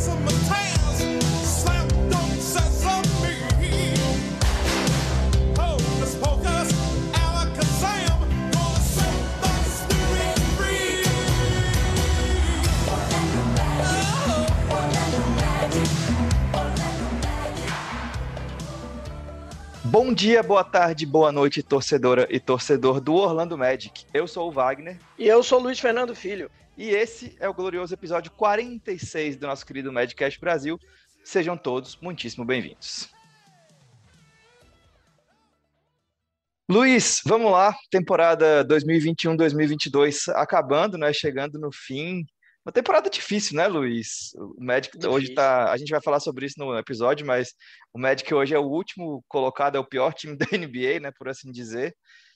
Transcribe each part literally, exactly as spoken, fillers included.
Bom dia, boa tarde, boa noite, torcedora e torcedor do Orlando Magic. Eu sou o Wagner. E eu sou o Luiz Fernando Filho. E esse é o glorioso episódio quarenta e seis do nosso querido Madcast Brasil. Sejam todos muitíssimo bem-vindos. Luiz, vamos lá. Temporada dois mil e vinte e um, dois mil e vinte e dois acabando, né? Chegando no fim. Uma temporada difícil, né, Luiz? O Magic difícil. Hoje tá... A gente vai falar sobre isso no episódio, mas o Magic hoje é o último colocado, é o pior time da N B A, né, por assim dizer.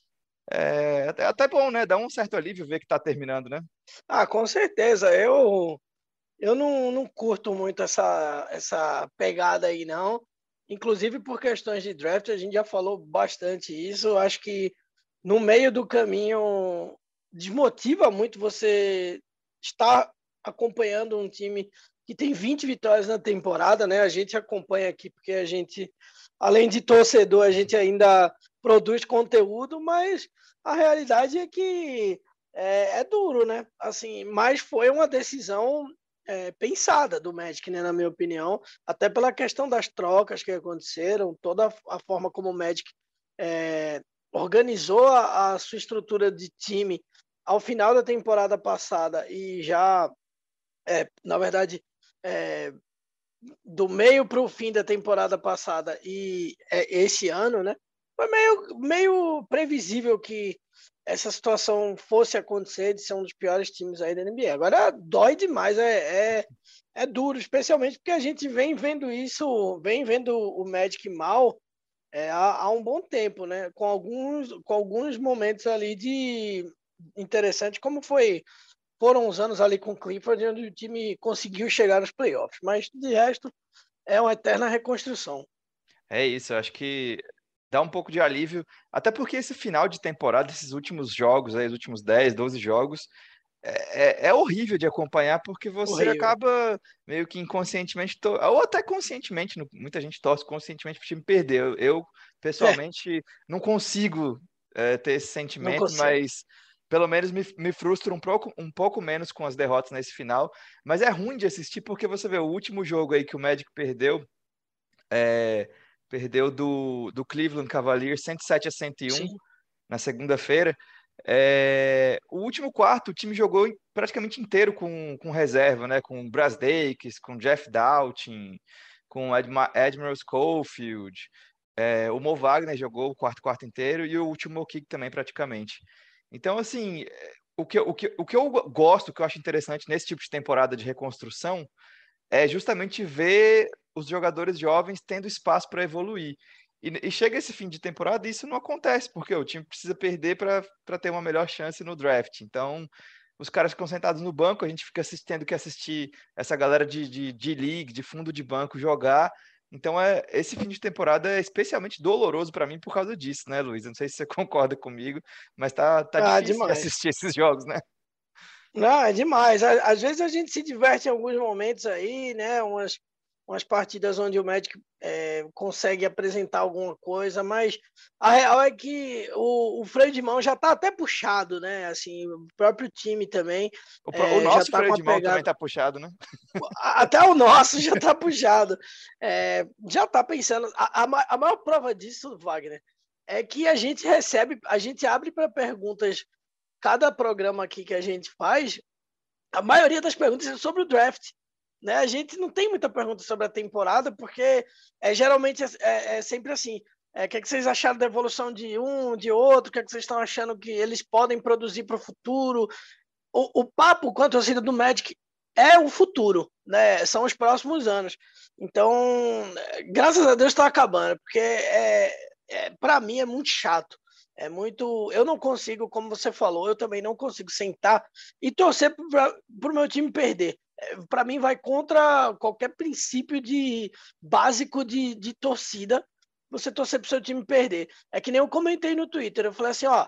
É até, até bom, né? Dá um certo alívio ver que tá terminando, né? Ah, com certeza. Eu, eu não, não curto muito essa, essa pegada aí, não. Inclusive por questões de draft, a gente já falou bastante isso. Eu acho que no meio do caminho desmotiva muito você estar acompanhando um time que tem vinte vitórias na temporada, né? A gente acompanha aqui porque a gente, além de torcedor, a gente ainda produz conteúdo, mas a realidade é que é, é duro, né? Assim, mas foi uma decisão é, pensada do Magic, né? Na minha opinião, até pela questão das trocas que aconteceram, toda a forma como o Magic é, organizou a, a sua estrutura de time ao final da temporada passada e já, é, na verdade, é, do meio para o fim da temporada passada e é, esse ano, né? Foi meio, meio previsível que essa situação fosse acontecer de ser um dos piores times aí da N B A. Agora dói demais, é, é, é duro, especialmente porque a gente vem vendo isso, vem vendo o Magic mal é, há, há um bom tempo, né? Com alguns, com alguns momentos ali de interessante, como foi foram os anos ali com o Clifford, onde o time conseguiu chegar nos playoffs, mas de resto é uma eterna reconstrução. É isso, eu acho que dá um pouco de alívio, até porque esse final de temporada, esses últimos jogos, aí, os últimos dez, doze jogos, é, é, é horrível de acompanhar, porque você Horrível. acaba meio que inconscientemente, to... ou até conscientemente, muita gente torce conscientemente para o time perder. Eu, eu pessoalmente, é. não consigo é, ter esse sentimento, mas pelo menos me, me frustra um pouco, um pouco menos com as derrotas nesse final. Mas é ruim de assistir, porque você vê o último jogo aí que o Magic perdeu, é, perdeu do, do Cleveland Cavaliers cento e sete a cento e um Sim. na segunda-feira. É, o último quarto, o time jogou praticamente inteiro com, com reserva, né? Com Bras Dakes, com Jeff Doughty, com Adma, Admiral Schofield. É, o Mo Wagner jogou o quarto quarto inteiro e o último kick também praticamente. Então, assim, o que, o, que, o que eu gosto, o que eu acho interessante nesse tipo de temporada de reconstrução é justamente ver os jogadores jovens tendo espaço para evoluir. E, e chega esse fim de temporada e isso não acontece, porque o time precisa perder para ter uma melhor chance no draft. Então, os caras ficam sentados no banco, a gente fica tendo que assistir essa galera de, de, de league, de fundo de banco jogar. Então, é, esse fim de temporada é especialmente doloroso para mim por causa disso, né, Luiz? Eu não sei se você concorda comigo, mas tá, tá ah, difícil demais. de assistir esses jogos, né? Não, é demais. Às vezes a gente se diverte em alguns momentos aí, né? Umas, umas partidas onde o Magic é, consegue apresentar alguma coisa, mas a real é que o, o freio de mão já está até puxado, né? Assim, o próprio time também. O, é, o nosso já tá freio com de mão pegada... também está puxado, né? Até o nosso já está puxado. É, já está pensando. A, a, a maior prova disso, Wagner, é que a gente recebe, a gente abre para perguntas. Cada programa aqui que a gente faz, a maioria das perguntas é sobre o draft. Né? A gente não tem muita pergunta sobre a temporada, porque é, geralmente é, é, é sempre assim. É, o que, é que vocês acharam da evolução de um, de outro? O que, é que vocês estão achando que eles podem produzir para o futuro? O papo com a torcida do Magic é o futuro, né? São os próximos anos. Então, graças a Deus está acabando, porque é, é, para mim é muito chato. É muito. Eu não consigo, como você falou, eu também não consigo sentar e torcer para o meu time perder. Para mim, vai contra qualquer princípio de básico de, de torcida você torcer para o seu time perder. É que nem eu comentei no Twitter. Eu falei assim: ó,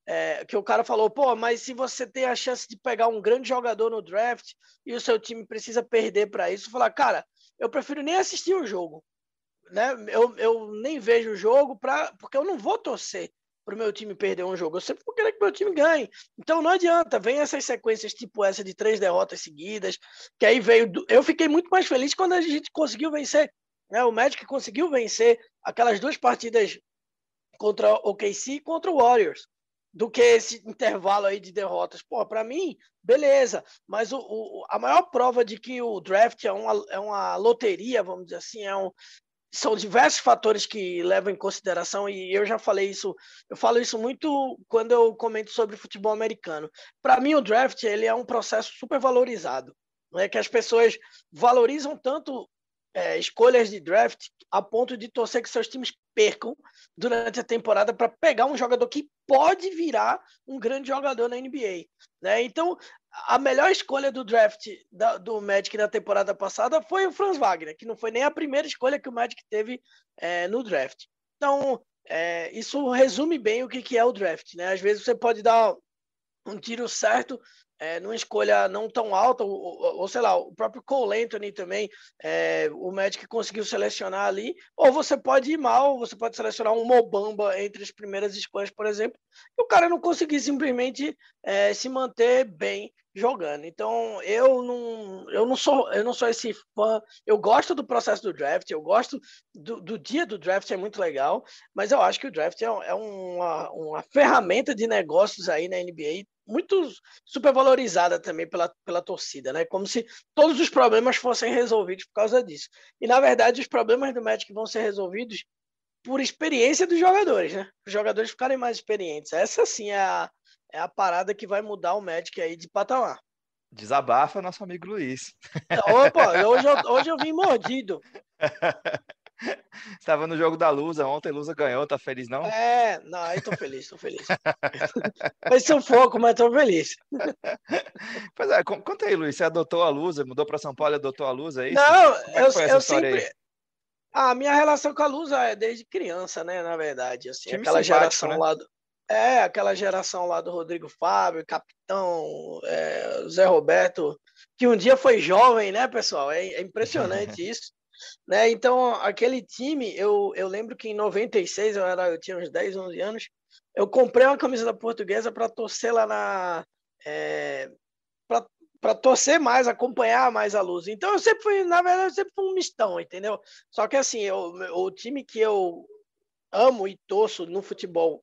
é, que o cara falou, pô, mas se você tem a chance de pegar um grande jogador no draft e o seu time precisa perder para isso, falar, cara, eu prefiro nem assistir o jogo, né? Eu, eu nem vejo o jogo pra, porque eu não vou torcer para o meu time perder um jogo. Eu sempre vou querer que meu time ganhe. Então não adianta, vem essas sequências tipo essa de três derrotas seguidas, que aí veio. Do... Eu fiquei muito mais feliz quando a gente conseguiu vencer. Né? O Magic conseguiu vencer aquelas duas partidas contra o O K C e contra o Warriors, do que esse intervalo aí de derrotas. Pô, para mim, beleza, mas o, o, a maior prova de que o draft é uma, é uma loteria, vamos dizer assim, é um, são diversos fatores que levam em consideração, e eu já falei isso, eu falo isso muito quando eu comento sobre futebol americano. Para mim, o draft ele é um processo super valorizado, não é que as pessoas valorizam tanto é, escolhas de draft a ponto de torcer que seus times percam durante a temporada para pegar um jogador que pode virar um grande jogador na N B A. Né? Então, a melhor escolha do draft da, do Magic na temporada passada foi o Franz Wagner, que não foi nem a primeira escolha que o Magic teve é, no draft. Então, é, isso resume bem o que, que é o draft. Né? Às vezes você pode dar um tiro certo é, numa escolha não tão alta, ou, ou, ou sei lá, o próprio Cole Anthony também, é, o Magic conseguiu selecionar ali, ou você pode ir mal, você pode selecionar um Mobamba entre as primeiras escolhas, por exemplo, e o cara não conseguir simplesmente é, se manter bem jogando. Então, eu não, eu não sou eu não sou esse fã, eu gosto do processo do draft, eu gosto do, do dia do draft, é muito legal, mas eu acho que o draft é, é uma, uma ferramenta de negócios aí na N B A muito supervalorizada também pela, pela torcida, né? Como se todos os problemas fossem resolvidos por causa disso. E, na verdade, os problemas do Magic vão ser resolvidos por experiência dos jogadores, né? Os jogadores ficarem mais experientes. Essa, sim, é a, é a parada que vai mudar o Magic aí de patamar. Desabafa nosso amigo Luiz. Opa, hoje eu, hoje eu vim mordido. Estava no jogo da Lusa ontem, Lusa ganhou, tá feliz não? É, não, aí tô feliz, tô feliz. Foi sufoco, mas tô feliz. Pois é, conta aí, Luiz, você adotou a Lusa, mudou para São Paulo e adotou a Lusa, é isso? Não, Como é eu, que foi essa eu história sempre... aí? A minha relação com a Lusa é desde criança, né, na verdade, assim, Time aquela simpático, geração né? lá do... É, aquela geração lá do Rodrigo Fábio, Capitão, é, Zé Roberto, que um dia foi jovem, né, pessoal? É, é impressionante isso. Né? Então, aquele time, eu, eu lembro que em noventa e seis, eu, era, eu tinha uns dez, onze anos, eu comprei uma camisa da Portuguesa para torcer lá na... É, para torcer mais, acompanhar mais a Luz. Então, eu sempre fui, na verdade, eu sempre fui um mistão, entendeu? Só que, assim, eu, o time que eu amo e torço no futebol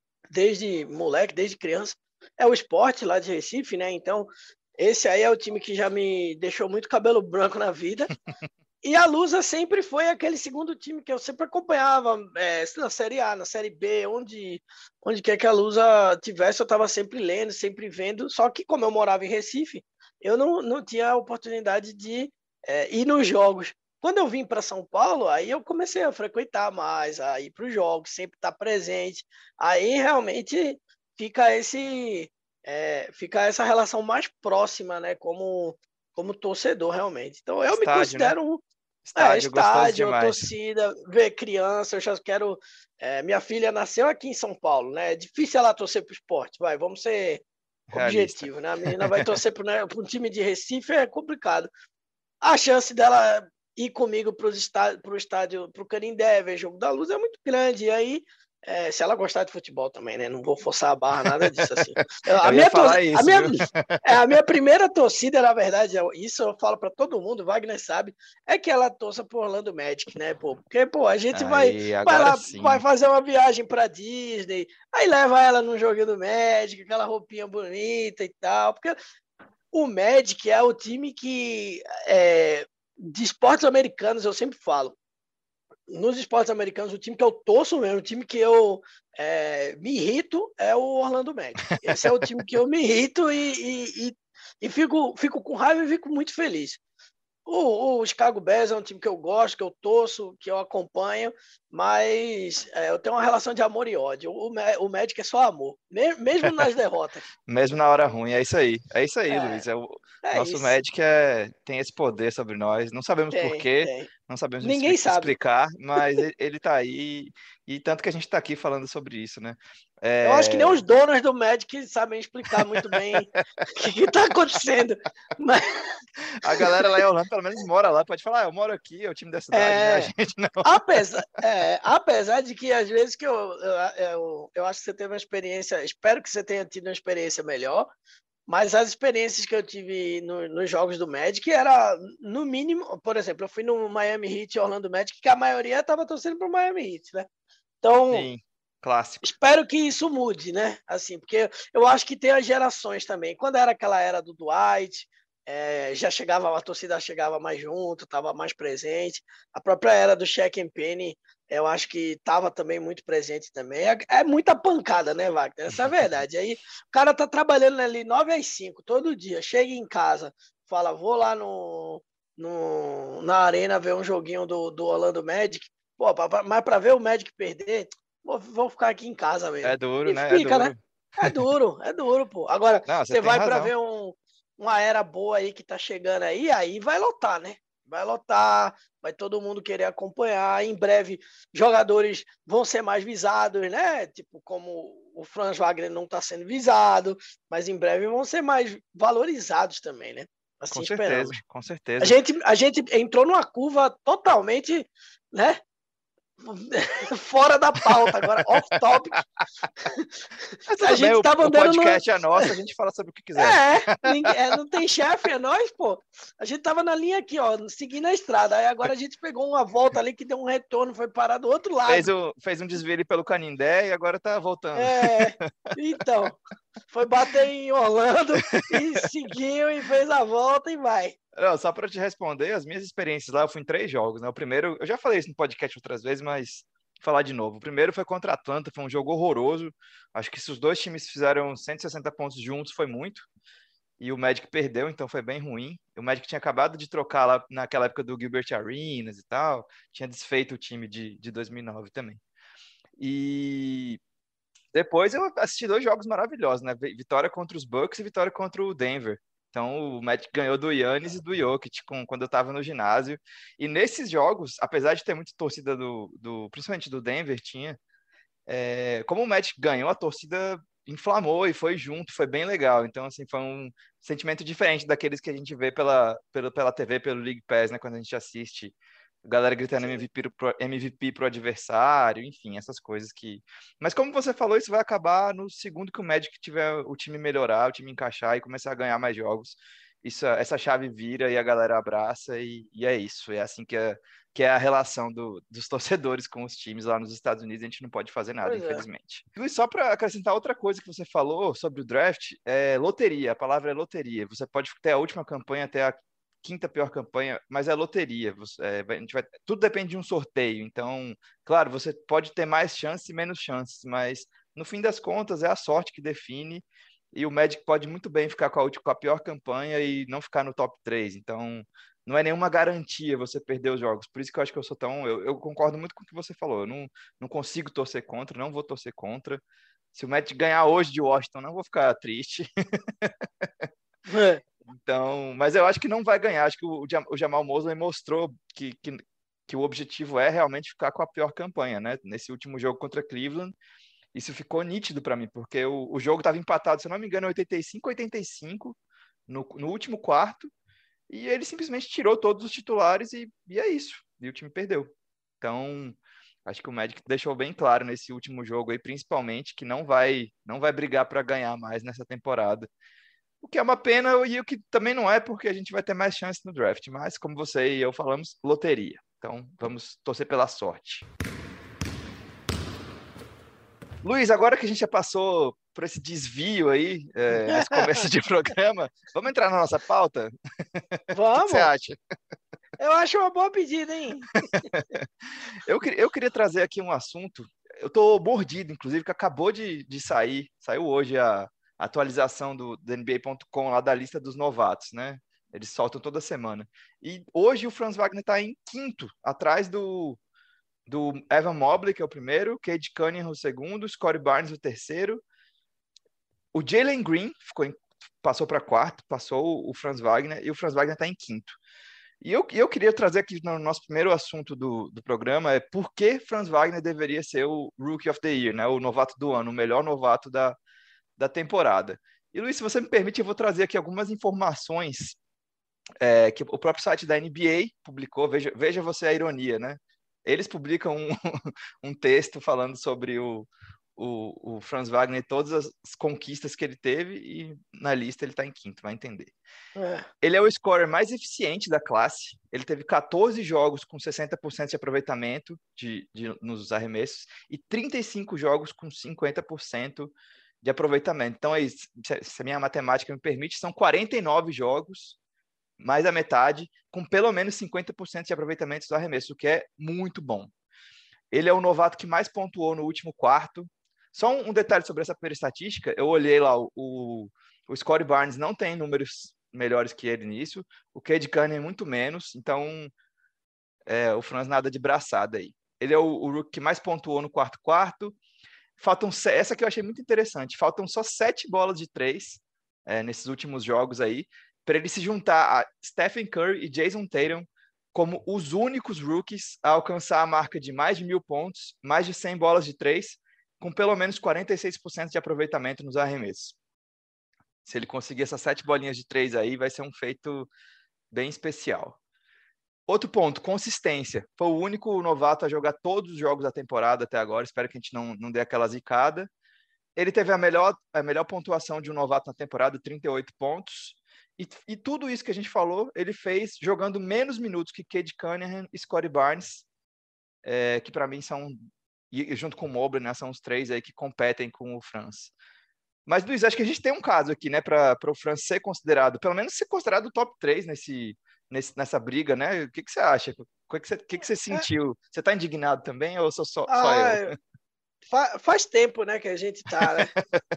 desde moleque, desde criança, é o Sport lá de Recife, né? Então, esse aí é o time que já me deixou muito cabelo branco na vida. E a Lusa sempre foi aquele segundo time que eu sempre acompanhava, é, na Série A, na Série B, onde, onde quer que a Lusa tivesse, eu estava sempre lendo, sempre vendo. Só que, como eu morava em Recife, eu não, não tinha a oportunidade de é, ir nos jogos. Quando eu vim para São Paulo, aí eu comecei a frequentar mais, a ir para os jogos, sempre estar presente. Aí realmente fica esse é, fica essa relação mais próxima, né, como, como torcedor, realmente. Então eu me Estádio, né? considero um é, Estádio, gostoso estádio, demais. torcida, ver criança, eu já quero. É, minha filha nasceu aqui em São Paulo, né? É difícil ela torcer para o esporte, vai, vamos ser Realista. objetivo, né? A menina vai torcer para né, um time de Recife, é complicado. A chance dela ir comigo para o estádio, para o Canindé, ver jogo da Luz é muito grande. E aí, é, se ela gostar de futebol também, né? Não vou forçar a barra, nada disso assim. A Eu ia minha, falar a isso, minha, viu? é, a minha primeira torcida, na verdade, isso eu falo para todo mundo, Wagner sabe, é que ela torça pro Orlando Magic, né, pô? Porque, pô, a gente vai, Aí, vai agora lá, vai sim. fazer uma viagem para Disney, aí leva ela num joguinho do Magic, aquela roupinha bonita e tal, porque o Magic é o time que, é, de esportes americanos, eu sempre falo, nos esportes americanos, o time que eu torço mesmo, o time que eu é, me irrito é o Orlando Magic. Esse é o time que eu me irrito e, e, e, e fico, fico com raiva e fico muito feliz. O, o Chicago Bears é um time que eu gosto, que eu torço, que eu acompanho, Mas é, eu tenho uma relação de amor e ódio. O, o Magic é só amor, mesmo nas derrotas. Mesmo na hora ruim, é isso aí. É isso aí, É, Luiz. É o é nosso isso. Magic é, tem esse poder sobre nós. Não sabemos por Tem, quê, tem. não sabemos Ninguém sabe. explicar, mas ele, ele tá aí. E tanto que a gente tá aqui falando sobre isso, né? Eu acho que nem É... os donos do Magic sabem explicar muito bem o que está acontecendo. Mas... A galera lá em Orlando pelo menos mora lá, pode falar, ah, eu moro aqui, é o time da cidade, não é a É, gente, não. apesar, é, apesar de que às vezes que eu, eu, eu, eu acho que você teve uma experiência, espero que você tenha tido uma experiência melhor, mas as experiências que eu tive no, nos jogos do Magic era, no mínimo, por exemplo, eu fui no Miami Heat e Orlando Magic, que a maioria estava torcendo para o Miami Heat, né? Então, Sim, clássico. espero que isso mude, né? Assim, porque eu acho que tem as gerações também. Quando era aquela era do Dwight, é, já chegava, a torcida chegava mais junto, estava mais presente. A própria era do Shaq and Penny, eu acho que estava também muito presente também. É, é muita pancada, né, Wagner? Essa é a verdade. Aí o cara tá trabalhando ali nove às cinco todo dia, chega em casa, fala, vou lá no, no, na arena ver um joguinho do, do Orlando Magic. Pô, mas para ver o Magic perder, vou, vou ficar aqui em casa É mesmo. duro, E né? É fica, né? duro. É duro, é duro, pô. Agora, Não, você você tem vai para razão. ver um, uma era boa aí que tá chegando aí, aí vai lotar, né? Vai lotar, vai todo mundo querer acompanhar. Em breve, jogadores vão ser mais visados, né? Tipo, como o Franz Wagner não está sendo visado, mas em breve vão ser mais valorizados também, né? Com Assim certeza, esperamos. com A certeza. gente, a gente entrou numa curva totalmente, né? Fora da pauta, agora off-topic. Mas A tudo bem, gente o, tava o andando no. podcast é nosso, a gente fala sobre o que quiser. É, ninguém, é, não tem chefe, é nós, pô. A gente tava na linha aqui, ó, seguindo a estrada. Aí agora a gente pegou uma volta ali que deu um retorno, foi parar do outro Fez, lado. o, fez um desvio ali pelo Canindé e agora tá voltando. É, então, foi bater em Orlando e seguiu e fez a volta e vai. Não, só para te responder, as minhas experiências lá, eu fui em três jogos, né? O primeiro, eu já falei isso no podcast outras vezes, mas vou falar de novo. O primeiro foi contra a Atlanta, foi um jogo horroroso. Acho que se os dois times fizeram cento e sessenta pontos juntos, foi muito. E o Magic perdeu, então foi bem ruim. O Magic tinha acabado de trocar lá naquela época do Gilbert Arenas e tal. Tinha desfeito o time de, de dois mil e nove também. E depois eu assisti dois jogos maravilhosos, né? Vitória contra os Bucks e vitória contra o Denver. Então o Magic ganhou do Yannis e do Jokic com, quando eu estava no ginásio. E nesses jogos, apesar de ter muita torcida do, do principalmente do Denver, tinha. É, como o Magic ganhou, a torcida inflamou e foi junto, foi bem legal. Então, assim, foi um sentimento diferente daqueles que a gente vê pela, pela, pela T V, pelo League Pass, né? Quando a gente assiste a galera gritando Sim. M V P pro, M V P pro adversário, enfim, essas coisas que. Mas como você falou, isso vai acabar no segundo que o Magic tiver o time melhorar, o time encaixar e começar a ganhar mais jogos. Isso, essa chave vira e a galera abraça, e, e é isso. É assim que é, que é a relação do, dos torcedores com os times lá nos Estados Unidos. A gente não pode fazer nada, Pois é. infelizmente. E só para acrescentar outra coisa que você falou sobre o draft, é loteria. A palavra é loteria. Você pode ter a última campanha até a quinta pior campanha, mas é loteria. Você, é, a gente vai, tudo depende de um sorteio. Então, claro, você pode ter mais chances e menos chances, mas no fim das contas é a sorte que define. E o Magic pode muito bem ficar com a, última, com a pior campanha e não ficar no top três. Então, não é nenhuma garantia você perder os jogos. Por isso que eu acho que eu sou tão. Eu, eu concordo muito com o que você falou. Eu não, não consigo torcer contra, não vou torcer contra. Se o Magic ganhar hoje de Washington, não vou ficar triste. É. Então, mas eu acho que não vai ganhar. Acho que o, o Jamal Mosley mostrou que, que, que o objetivo é realmente ficar com a pior campanha, né? Nesse último jogo contra Cleveland, isso ficou nítido para mim, porque o, o jogo estava empatado, se eu não me engano, oitenta e cinco a oitenta e cinco no, no último quarto, e ele simplesmente tirou todos os titulares e, e é isso. E o time perdeu. Então, acho que o Magic deixou bem claro nesse último jogo aí, principalmente, que não vai, não vai brigar para ganhar mais nessa temporada. O que é uma pena e o que também não é, porque a gente vai ter mais chance no draft. Mas, como você e eu falamos, loteria. Então, vamos torcer pela sorte. Luiz, agora que a gente já passou por esse desvio aí, é, nesse começo de programa, vamos entrar na nossa pauta? Vamos. O que, que você acha? Eu acho uma boa pedida, hein? eu, eu queria trazer aqui um assunto. Eu tô mordido, inclusive, que acabou de, de sair. Saiu hoje a atualização do, do N B A ponto com lá da lista dos novatos, né? Eles soltam toda semana. E hoje o Franz Wagner está em quinto, atrás do, do Evan Mobley, que é o primeiro, Cade Cunningham o segundo, Scottie Barnes o terceiro, o Jalen Green ficou em, passou para quarto, passou o Franz Wagner, e o Franz Wagner está em quinto. E eu, eu queria trazer aqui no nosso primeiro assunto do, do programa é por que Franz Wagner deveria ser o Rookie of the Year, né? O novato do ano, o melhor novato da, da temporada. E, Luiz, se você me permite, eu vou trazer aqui algumas informações é, que o próprio site da N B A publicou. Veja, veja você a ironia, né? Eles publicam um, um texto falando sobre o, o, o Franz Wagner e todas as conquistas que ele teve, e na lista ele está em quinto, vai entender. É. Ele é o scorer mais eficiente da classe. Ele teve catorze jogos com sessenta por cento de aproveitamento de, de, nos arremessos e trinta e cinco jogos com cinquenta por cento de aproveitamento. Então, é isso. Se a minha matemática me permite, são quarenta e nove jogos, mais a metade, com pelo menos cinquenta por cento de aproveitamento dos arremessos, o que é muito bom. Ele é o novato que mais pontuou no último quarto. Só um, um detalhe sobre essa primeira estatística. Eu olhei lá, o, o, o Scottie Barnes não tem números melhores que ele nisso, o Cade Cunningham muito menos, então é, o Franz nada de braçada aí. Ele é o, o rookie que mais pontuou no quarto quarto. Faltam, essa que eu achei muito interessante, faltam só sete bolas de três é, nesses últimos jogos aí, para ele se juntar a Stephen Curry e Jason Tatum como os únicos rookies a alcançar a marca de mais de mil pontos, mais de cem bolas de três, com pelo menos quarenta e seis por cento de aproveitamento nos arremessos. Se ele conseguir essas sete bolinhas de três aí, vai ser um feito bem especial. Outro ponto, consistência. Foi o único novato a jogar todos os jogos da temporada até agora. Espero que a gente não, não dê aquela zicada. Ele teve a melhor, a melhor pontuação de um novato na temporada, trinta e oito pontos. E, e tudo isso que a gente falou, ele fez jogando menos minutos que Cade Cunningham e Scottie Barnes, é, que para mim são, e junto com o Mobley, né, são os três aí que competem com o Franz. Mas, Luiz, acho que a gente tem um caso aqui, né, para o Franz ser considerado, pelo menos ser considerado top três nesse, nesse, nessa briga, né? O que, que você acha? O que, que, você, o que, que você sentiu? Você está indignado também ou sou só, ah, só eu? Fa, faz tempo, né, que a gente tá, né?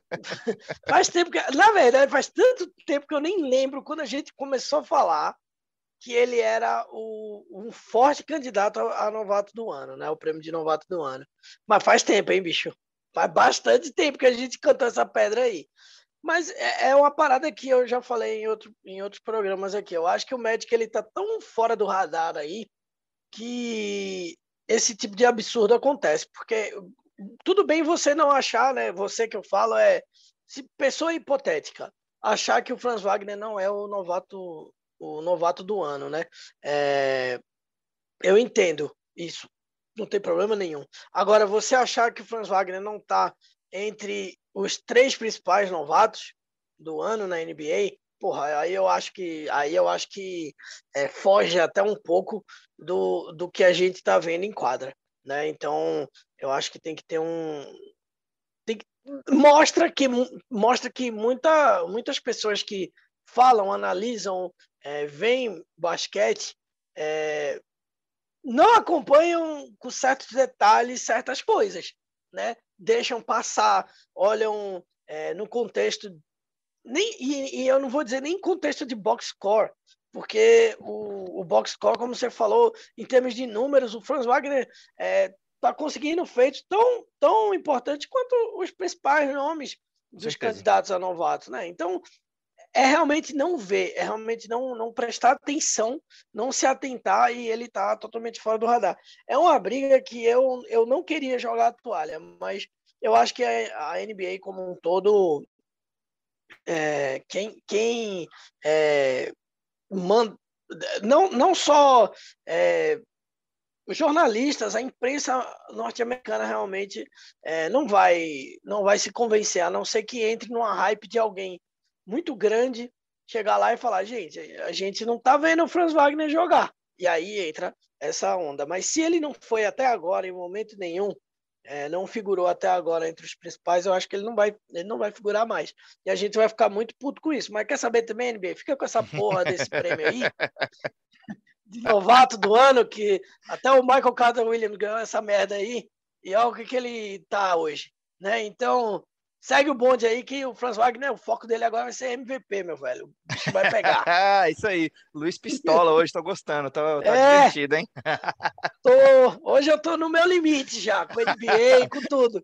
Faz tempo que... Na verdade, faz tanto tempo que eu nem lembro quando a gente começou a falar que ele era o, um forte candidato a, a novato do ano, né? O prêmio de novato do ano. Mas faz tempo, hein, bicho? Faz bastante tempo que a gente cantou essa pedra aí. Mas é, é uma parada que eu já falei em, outro, em outros programas aqui. Eu acho que o Magic ele tá tão fora do radar aí que esse tipo de absurdo acontece. Porque tudo bem você não achar, né? Você que eu falo é... Se pessoa hipotética achar que o Franz Wagner não é o novato, o novato do ano, né? É, eu entendo isso. Não tem problema nenhum. Agora, você achar que o Franz Wagner não está entre os três principais novatos do ano na N B A, porra, aí eu acho que, aí eu acho que é, foge até um pouco do, do que a gente está vendo em quadra, né? Então, eu acho que tem que ter um... Tem que, mostra que, mostra que muita, muitas pessoas que falam, analisam, é, veem basquete, é, não acompanham com certos detalhes certas coisas, né? Deixam passar, olham é, no contexto, nem, e, e eu não vou dizer nem contexto de box score, porque o, o box score, como você falou, em termos de números, o Franz Wagner está é, conseguindo feitos tão, tão importantes quanto os principais nomes dos candidatos a novatos, né? Então, é realmente não ver, é realmente não, não prestar atenção, não se atentar, e ele está totalmente fora do radar. É uma briga que eu, eu não queria jogar a toalha, mas eu acho que a, a N B A como um todo, é, quem, quem é, manda, não, não só é, os jornalistas, a imprensa norte-americana realmente é, não, vai, não vai se convencer, a não ser que entre numa hype de alguém muito grande, chegar lá e falar, gente, a gente não tá vendo o Franz Wagner jogar. E aí entra essa onda. Mas se ele não foi até agora, em momento nenhum, é, não figurou até agora entre os principais, eu acho que ele não vai, ele não vai figurar mais. E a gente vai ficar muito puto com isso. Mas quer saber também, N B A? Fica com essa porra desse prêmio aí, de novato do ano, que até o Michael Carter Williams ganhou essa merda aí, e olha o que, que ele tá hoje. Né? Então, Segue o bonde aí que o Franz Wagner, o foco dele agora vai ser M V P, meu velho. O bicho vai pegar. Ah, isso aí. Luiz Pistola hoje, tô gostando. Tá, tá É, divertido, hein? tô, hoje eu tô no meu limite já, com N B A, com tudo.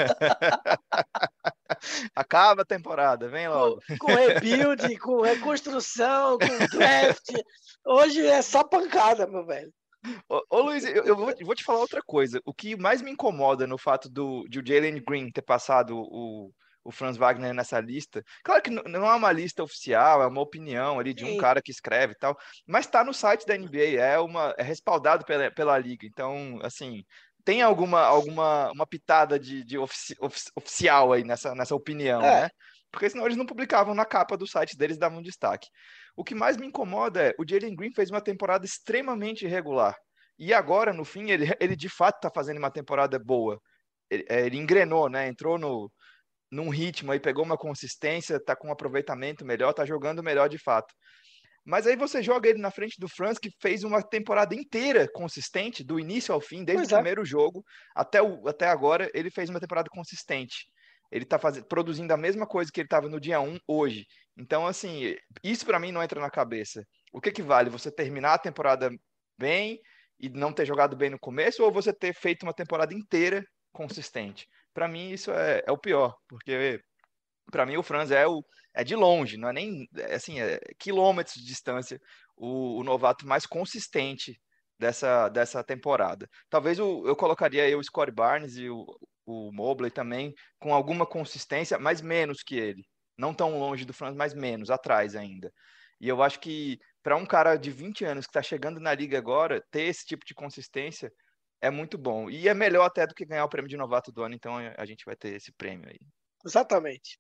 Acaba a temporada, vem Com, logo. com rebuild, com reconstrução, com draft. Hoje é só pancada, meu velho. Ô, ô Luiz, eu, eu vou, vou te falar outra coisa. O que mais me incomoda no fato do, de o Jalen Green ter passado o, o Franz Wagner nessa lista, claro que n- não é uma lista oficial, é uma opinião ali de um Sim, cara que escreve e tal, mas está no site da N B A, é, uma, é respaldado pela, pela liga. Então, assim, tem alguma, alguma uma pitada de, de ofici, ofici- oficial aí nessa, nessa opinião, é, né? Porque senão eles não publicavam na capa do site deles, davam destaque. O que mais me incomoda é o Jalen Green fez uma temporada extremamente irregular. E agora, no fim, ele, ele de fato está fazendo uma temporada boa. Ele, é, ele engrenou, né? Entrou no, num ritmo aí, pegou uma consistência, está com um aproveitamento melhor, está jogando melhor de fato. Mas aí você joga ele na frente do Franz, que fez uma temporada inteira consistente, do início ao fim, desde o pois é. primeiro jogo até, o, até agora, ele fez uma temporada consistente. Ele está produzindo a mesma coisa que ele estava no dia um hoje. Então, assim, isso para mim não entra na cabeça. O que, que vale? Você terminar a temporada bem e não ter jogado bem no começo, ou você ter feito uma temporada inteira consistente? Para mim, isso é, é o pior, porque para mim o Franz é o é de longe, não é nem é assim, é quilômetros de distância o, o novato mais consistente dessa, dessa temporada. Talvez o, eu colocaria aí o Scottie Barnes e o, o Mobley também com alguma consistência, mas menos que ele. Não tão longe do Franz, mas menos, atrás ainda. E eu acho que para um cara de vinte anos que está chegando na liga agora, ter esse tipo de consistência é muito bom. E é melhor até do que ganhar o prêmio de novato do ano, então a gente vai ter esse prêmio aí. Exatamente.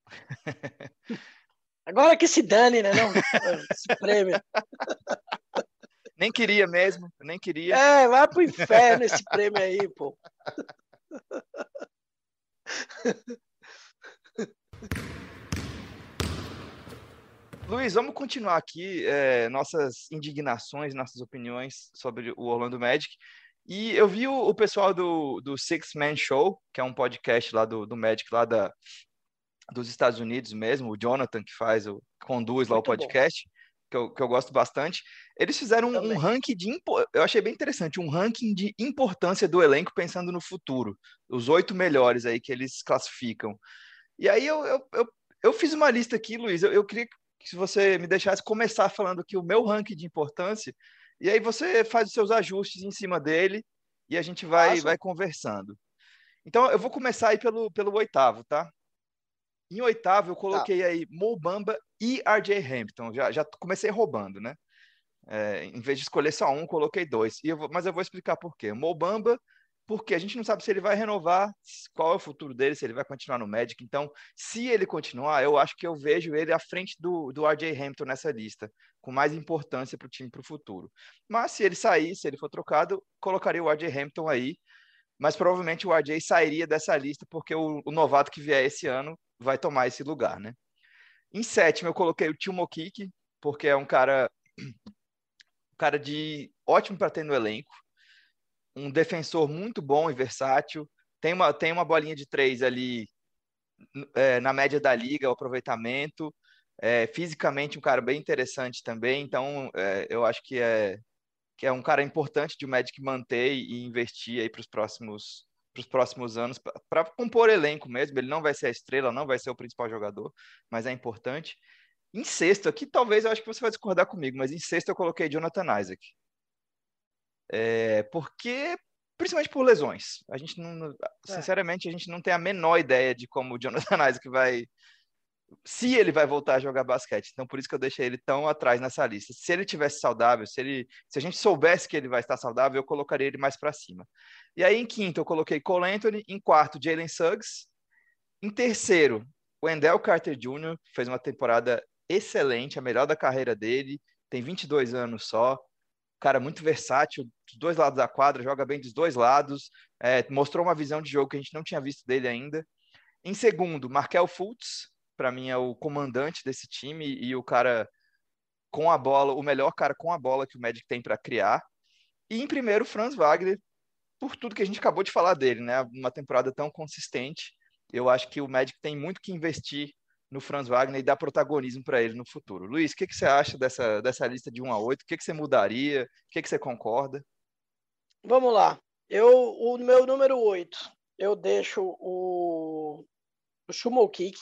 Agora que se dane, né, não? Esse prêmio. Nem queria mesmo, nem queria. É, vai pro inferno esse prêmio aí, pô. Luiz, vamos continuar aqui é, nossas indignações, nossas opiniões sobre o Orlando Magic. E eu vi o, o pessoal do, do Six Man Show, que é um podcast lá do, do Magic, lá da, dos Estados Unidos mesmo, o Jonathan, que faz, o, conduz lá o Muito bom. podcast, que eu, que eu gosto bastante. Eles fizeram um, um Também. ranking de. Eu achei bem interessante, um ranking de importância do elenco pensando no futuro. Os oito melhores aí que eles classificam. E aí eu, eu, eu, eu fiz uma lista aqui, Luiz. Eu, eu queria que se você me deixasse começar falando aqui o meu ranking de importância, e aí você faz os seus ajustes em cima dele e a gente vai, Faço. vai conversando. Então eu vou começar aí pelo, pelo oitavo, tá? Em oitavo eu Tá. coloquei aí Mo Bamba e R J Hampton. Já, já comecei roubando, né? É, em vez de escolher só um, coloquei dois. E eu vou, mas eu vou explicar por quê. Mo Bamba, porque a gente não sabe se ele vai renovar, qual é o futuro dele, se ele vai continuar no Magic. Então, se ele continuar, eu acho que eu vejo ele à frente do, do R J Hampton nessa lista, com mais importância para o time para o futuro. Mas se ele sair, se ele for trocado, colocaria o R J Hampton aí. Mas provavelmente o R J sairia dessa lista, porque o, o novato que vier esse ano vai tomar esse lugar, né? Em sétimo, eu coloquei o Timo Kik, porque é um cara um cara de ótimo para ter no elenco, um defensor muito bom e versátil, tem uma, tem uma bolinha de três ali é, na média da liga, o aproveitamento, é, fisicamente um cara bem interessante também, então é, eu acho que é, que é um cara importante de o Magic manter e investir aí para os próximos para os próximos anos, para compor elenco mesmo. Ele não vai ser a estrela, não vai ser o principal jogador, mas é importante. Em sexto, aqui talvez eu acho que você vai discordar comigo, mas em sexto eu coloquei Jonathan Isaac. É, porque, principalmente por lesões. A gente não, É. sinceramente, a gente não tem a menor ideia de como o Jonathan Isaac vai, se ele vai voltar a jogar basquete. Então, por isso que eu deixei ele tão atrás nessa lista. Se ele tivesse saudável, se ele, se a gente soubesse que ele vai estar saudável, eu colocaria ele mais para cima. E aí, em quinto, eu coloquei Cole Anthony. Em quarto, Jalen Suggs. Em terceiro, Wendell Carter Júnior fez uma temporada excelente, a melhor da carreira dele. Tem vinte e dois anos só, cara muito versátil, dos dois lados da quadra, joga bem dos dois lados, é, mostrou uma visão de jogo que a gente não tinha visto dele ainda. Em segundo, Markel Fultz, para mim é o comandante desse time e o cara com a bola, o melhor cara com a bola que o Magic tem para criar. E em primeiro, Franz Wagner, por tudo que a gente acabou de falar dele, né? Uma temporada tão consistente eu acho que o Magic tem muito que investir no Franz Wagner e dar protagonismo para ele no futuro. Luiz, o que, que você acha dessa, dessa lista de um a oito? O que, que você mudaria? O que, que você concorda? Vamos lá. Eu, o meu número oito, eu deixo o, o Shumokik.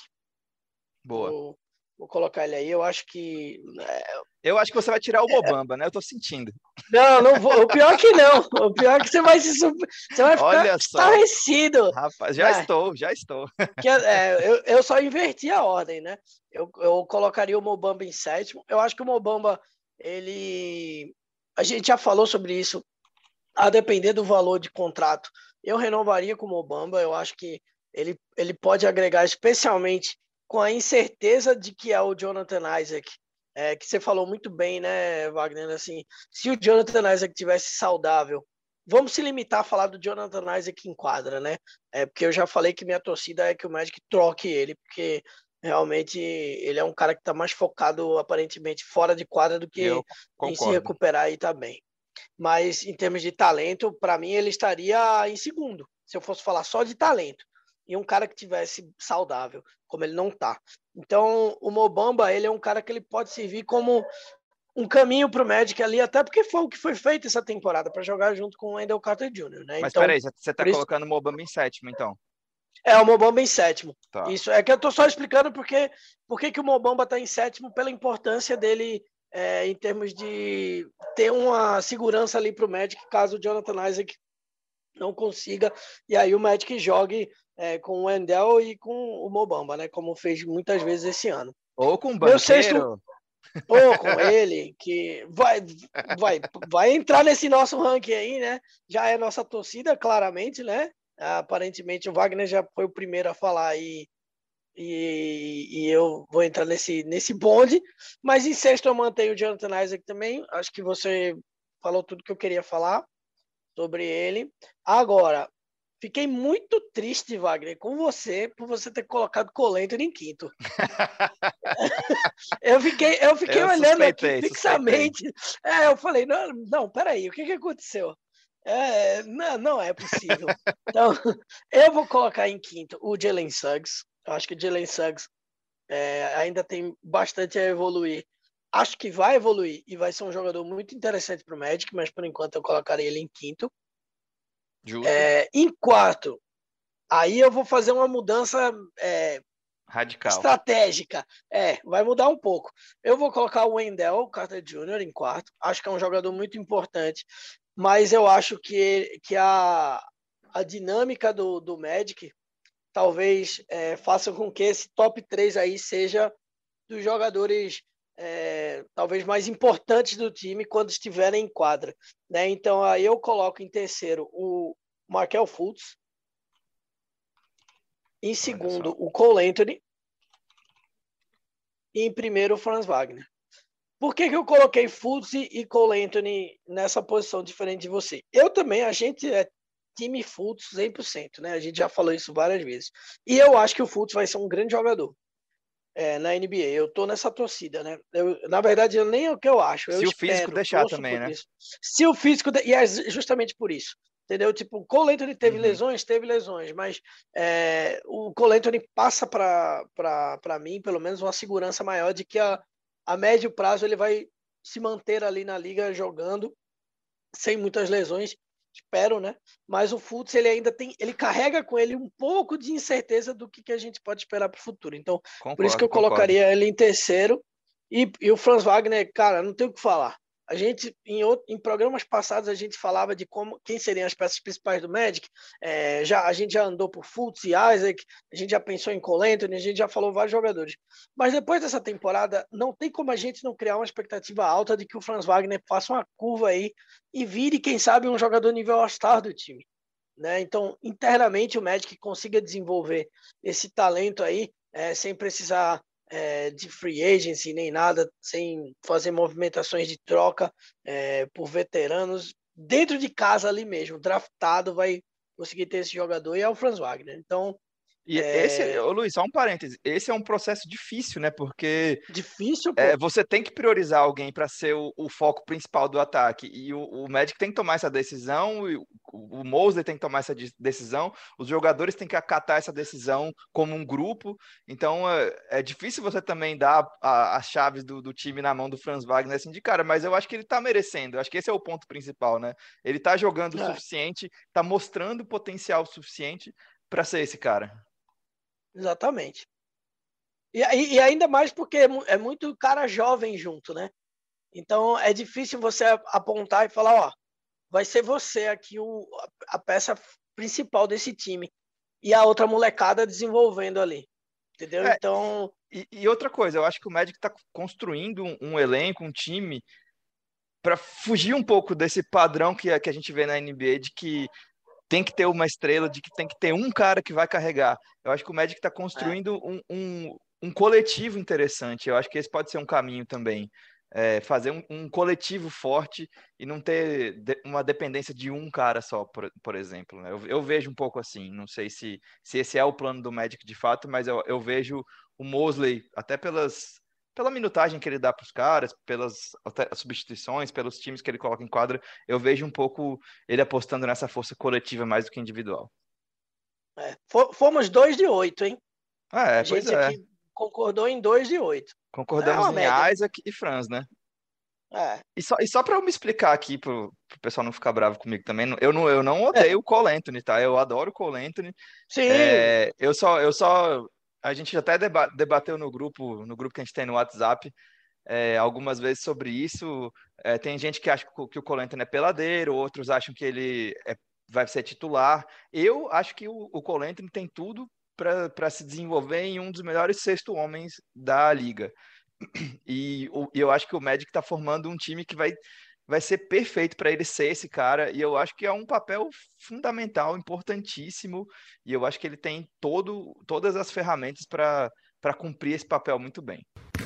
Boa. Vou, vou colocar ele aí. Eu acho que. É, eu acho que você vai tirar o Mobamba, é... né? Eu tô sentindo. Não, não vou. O pior que não. O pior é que você vai se super... Você vai ficar Olha só. estarrecido. Rapaz, já né? estou, já estou. Que, é, eu, eu só inverti a ordem, né? Eu, eu colocaria o Mobamba em sétimo. Eu acho que o Mobamba, ele. A gente já falou sobre isso. A depender do valor de contrato, eu renovaria com o Mobamba. Eu acho que ele, ele pode agregar, especialmente com a incerteza de que é o Jonathan Isaac, é, que você falou muito bem, né, Wagner? Assim, se o Jonathan Isaac tivesse saudável, vamos se limitar a falar do Jonathan Isaac em quadra, né? É, porque eu já falei que minha torcida é que o Magic troque ele, porque realmente ele é um cara que está mais focado, aparentemente, fora de quadra do que em se recuperar e tá bem. Mas em termos de talento, para mim ele estaria em segundo, se eu fosse falar só de talento. E um cara que tivesse saudável, como ele não tá. Então, o Mobamba, ele é um cara que ele pode servir como um caminho para o Magic ali, até porque foi o que foi feito essa temporada, para jogar junto com o Wendell Carter Júnior, né? Mas então, peraí, você tá isso... colocando o Mobamba em sétimo, então? É, o Mobamba em sétimo. Tá. Isso, é que eu tô só explicando porque, porque que o Mobamba tá em sétimo, pela importância dele é, em termos de ter uma segurança ali para o Magic, caso o Jonathan Isaac não consiga, e aí o Magic jogue é, com o Wendell e com o Mobamba, né? Como fez muitas vezes esse ano. Ou com o Meu banqueiro. Sexto, ou com ele, que vai, vai, vai entrar nesse nosso ranking aí, né? Já é nossa torcida, claramente, né? Aparentemente o Wagner já foi o primeiro a falar e, e, e eu vou entrar nesse, nesse bonde. Mas em sexto eu mantenho o Jonathan Isaac também. Acho que você falou tudo que eu queria falar sobre ele. Agora, fiquei muito triste, Wagner, com você, por você ter colocado Colenton em quinto. eu fiquei, eu fiquei eu olhando aqui fixamente. É, eu falei, não, não, peraí, o que, que aconteceu? É, não, não é possível. Então, eu vou colocar em quinto o Jalen Suggs. Eu acho que o Jalen Suggs é, ainda tem bastante a evoluir. Acho que vai evoluir e vai ser um jogador muito interessante para o Magic, mas por enquanto eu colocaria ele em quinto. É, em quarto, aí eu vou fazer uma mudança é, radical, estratégica. É, vai mudar um pouco. Eu vou colocar o Wendell Carter Júnior em quarto. Acho que é um jogador muito importante, mas eu acho que, que a, a dinâmica do, do Magic talvez é, faça com que esse top três aí seja dos jogadores é, talvez mais importantes do time quando estiverem em quadra, né? Então aí eu coloco em terceiro o Markel Fultz, em segundo o Cole Anthony e em primeiro o Franz Wagner. Por que, que eu coloquei Fultz e Cole Anthony nessa posição diferente de você? Eu também, a gente é time Fultz cem por cento, né? A gente já falou isso várias vezes. E eu acho que o Fultz vai ser um grande jogador. É, na N B A, eu tô nessa torcida, né? Eu, na verdade, eu nem é o que eu acho. Eu Se espero, o físico deixar também, né? Isso. Se o físico. De... E é justamente por isso. Entendeu? Tipo, o Cole Anthony teve uhum. lesões, teve lesões, mas é, o Cole Anthony passa para mim, pelo menos, uma segurança maior de que a, a médio prazo ele vai se manter ali na liga jogando sem muitas lesões. Espero, né? Mas o Fultz, ele ainda tem, ele carrega com ele um pouco de incerteza do que, que a gente pode esperar para o futuro. Então, concordo, por isso que eu concordo. Colocaria ele em terceiro. E, e o Franz Wagner, cara, não tem o que falar. A gente, em, outro, em programas passados, a gente falava de como, quem seriam as peças principais do Magic. É, já, a gente já andou por Fultz e Isaac, a gente já pensou em Cole Anthony, a gente já falou vários jogadores. Mas depois dessa temporada, não tem como a gente não criar uma expectativa alta de que o Franz Wagner faça uma curva aí e vire, quem sabe, um jogador nível All-Star do time. Né? Então, internamente, o Magic consiga desenvolver esse talento aí, é, sem precisar é, de free agency nem nada, sem fazer movimentações de troca é, por veteranos, dentro de casa ali mesmo, draftado, vai conseguir ter esse jogador, e é o Franz Wagner. Então, e é... esse, ô Luiz, só um parêntese, esse é um processo difícil, né? Porque difícil, pô. É, você tem que priorizar alguém para ser o, o foco principal do ataque, e o, o Magic tem que tomar essa decisão, e o, o Mosley tem que tomar essa decisão, os jogadores têm que acatar essa decisão como um grupo, então é, é difícil você também dar a, as chaves do, do time na mão do Franz Wagner assim de cara, mas eu acho que ele tá merecendo, eu acho que esse é o ponto principal, né? Ele tá jogando o É. suficiente, tá mostrando potencial suficiente para ser esse cara. Exatamente. E, e, e ainda mais porque é, é muito cara jovem junto, né? Então é difícil você apontar e falar, ó, vai ser você aqui o, a peça principal desse time. E a outra molecada desenvolvendo ali. Entendeu? É, Então. e, e outra coisa, eu acho que o Magic está construindo um, um elenco, um time, para fugir um pouco desse padrão que, que a gente vê na N B A de que tem que ter uma estrela, de que tem que ter um cara que vai carregar. Eu acho que o Magic está construindo um, um, um coletivo interessante. Eu acho que esse pode ser um caminho também. É, fazer um, um coletivo forte e não ter de, uma dependência de um cara só, por, por exemplo. Né? Eu, eu vejo um pouco assim, não sei se, se esse é o plano do Magic de fato, mas eu, eu vejo o Mosley, até pelas, pela minutagem que ele dá para os caras, pelas substituições, pelos times que ele coloca em quadra, eu vejo um pouco ele apostando nessa força coletiva mais do que individual. É, fomos dois de oito, hein? Ah, é, a pois gente é. aqui concordou em dois de oito. Concordamos é em média, Isaac e Franz, né? É. E só, e só para eu me explicar aqui, pro, o pessoal não ficar bravo comigo também, eu não, eu não odeio o Cole Anthony, tá? Eu adoro o Cole Anthony. Sim. É, eu só, eu só, a gente até deba, debateu no grupo, no grupo que a gente tem no WhatsApp, é, algumas vezes sobre isso. É, tem gente que acha que o Cole Anthony é peladeiro, outros acham que ele é, vai ser titular. Eu acho que o, o Cole Anthony tem tudo para se desenvolver em um dos melhores sexto homens da liga. E, o, e eu acho que o Magic está formando um time que vai, vai ser perfeito para ele ser esse cara. E eu acho que é um papel fundamental, importantíssimo. E eu acho que ele tem todo, todas as ferramentas para cumprir esse papel muito bem.